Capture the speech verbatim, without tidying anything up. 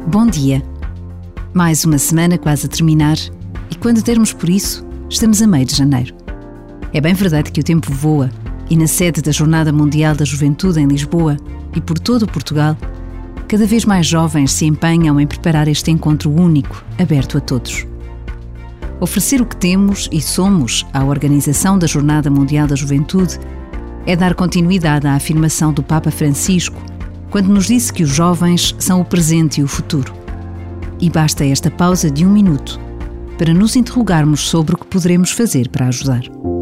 Bom dia! Mais uma semana quase a terminar e quando dermos por isso, estamos a meio de janeiro. É bem verdade que o tempo voa e na sede da Jornada Mundial da Juventude em Lisboa e por todo o Portugal, cada vez mais jovens se empenham em preparar este encontro único, aberto a todos. Oferecer o que temos e somos à organização da Jornada Mundial da Juventude é dar continuidade à afirmação do Papa Francisco quando nos disse que os jovens são o presente e o futuro. E basta esta pausa de um minuto para nos interrogarmos sobre o que poderemos fazer para ajudar.